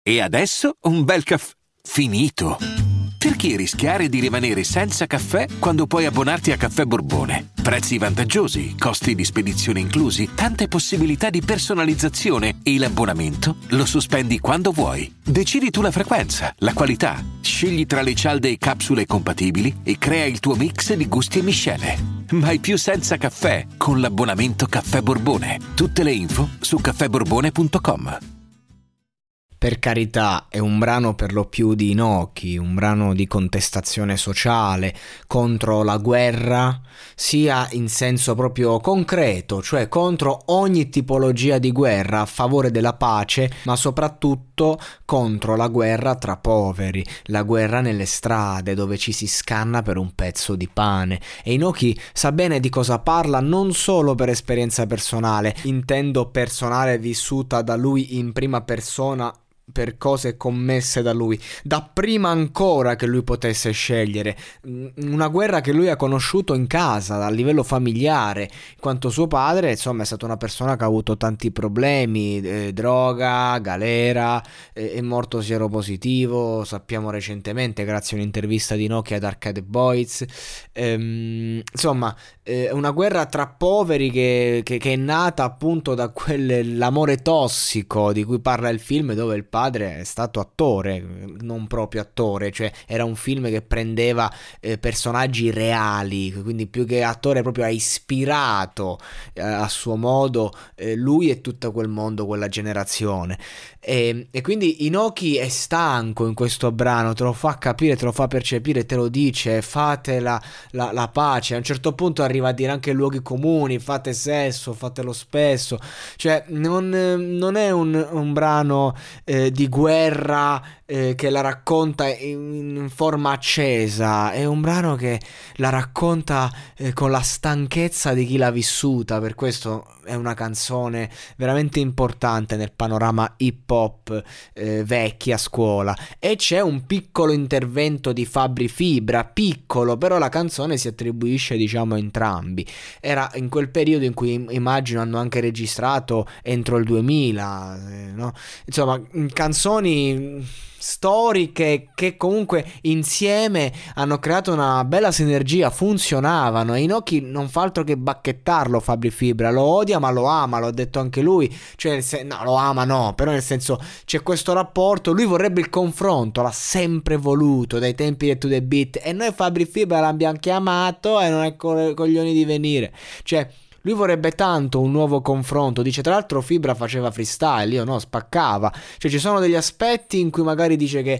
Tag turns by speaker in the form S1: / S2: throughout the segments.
S1: E adesso un bel caffè finito. Perché rischiare di rimanere senza caffè quando puoi abbonarti a Caffè Borbone? Prezzi vantaggiosi, costi di spedizione inclusi, tante possibilità di personalizzazione e l'abbonamento lo sospendi quando vuoi. Decidi tu la frequenza, la qualità, scegli tra le cialde e capsule compatibili e crea il tuo mix di gusti e miscele. Mai più senza caffè con l'abbonamento Caffè Borbone. Tutte le info su caffèborbone.com.
S2: Per carità, è un brano per lo più di Inoki, un brano di contestazione sociale contro la guerra, sia in senso proprio concreto, cioè contro ogni tipologia di guerra, a favore della pace, ma soprattutto contro la guerra tra poveri, la guerra nelle strade dove ci si scanna per un pezzo di pane. E Inoki sa bene di cosa parla, non solo per esperienza personale, intendo personale vissuta da lui in prima persona, per cose commesse da lui, da prima ancora che lui potesse scegliere, una guerra che lui ha conosciuto in casa, a livello familiare, in quanto suo padre, insomma, è stata una persona che ha avuto tanti problemi, droga, galera, è morto sieropositivo, sappiamo recentemente, grazie a un'intervista di Nokia ad Arcade Boys, insomma, una guerra tra poveri che è nata appunto da l'amore tossico di cui parla il film, dove il padre è stato attore, non proprio attore, cioè era un film che prendeva personaggi reali, quindi più che attore proprio ha ispirato a suo modo lui e tutto quel mondo, quella generazione. E quindi Inoki è stanco in questo brano, te lo fa capire, te lo fa percepire, te lo dice: fate la pace. A un certo punto arriva a dire anche luoghi comuni, fate sesso, fatelo spesso. Cioè non è un brano di guerra che la racconta in forma accesa, è un brano che la racconta con la stanchezza di chi l'ha vissuta. Per questo è una canzone veramente importante nel panorama hip hop vecchi a scuola. E c'è un piccolo intervento di Fabri Fibra, piccolo, però la canzone si attribuisce, diciamo, a entrambi. Era in quel periodo in cui immagino hanno anche registrato entro il 2000, no? Insomma, canzoni storiche che comunque insieme hanno creato una bella sinergia, funzionavano. E Inoki non fa altro che bacchettarlo Fabri Fibra, lo odia ma lo ama, lo ha detto anche lui, cioè no, lo ama no, però nel senso c'è questo rapporto, lui vorrebbe il confronto, l'ha sempre voluto dai tempi di To The Beat, e noi Fabri Fibra l'abbiamo chiamato e non è coglioni di venire, cioè lui vorrebbe tanto un nuovo confronto. Dice, tra l'altro Fibra faceva freestyle, io no, spaccava. Cioè ci sono degli aspetti in cui magari dice che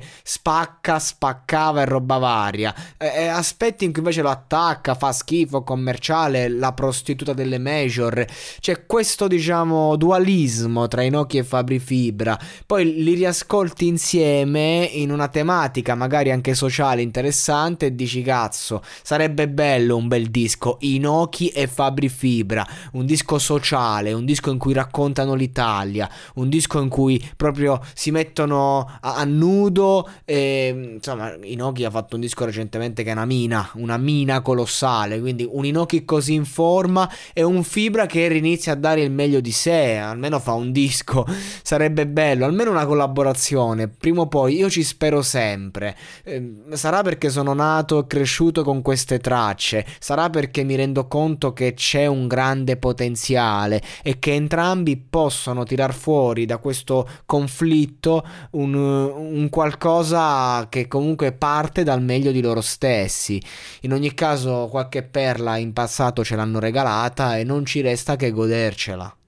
S2: spaccava e roba varia, aspetti in cui invece lo attacca, fa schifo, commerciale, la prostituta delle major. C'è questo, diciamo, dualismo tra Inoki e Fabri Fibra. Poi li riascolti insieme in una tematica magari anche sociale interessante e dici, cazzo, sarebbe bello un bel disco Inoki e Fabri Fibra, un disco sociale, un disco in cui raccontano l'Italia, un disco in cui proprio si mettono a nudo. Insomma, Inoki ha fatto un disco recentemente che è una mina colossale, quindi un Inoki così in forma e un Fibra che inizia a dare il meglio di sé, almeno fa un disco, sarebbe bello, almeno una collaborazione, prima o poi, io ci spero sempre. Sarà perché sono nato e cresciuto con queste tracce, sarà perché mi rendo conto che c'è un grande potenziale e che entrambi possono tirar fuori da questo conflitto un qualcosa che comunque parte dal meglio di loro stessi. In ogni caso qualche perla in passato ce l'hanno regalata e non ci resta che godercela.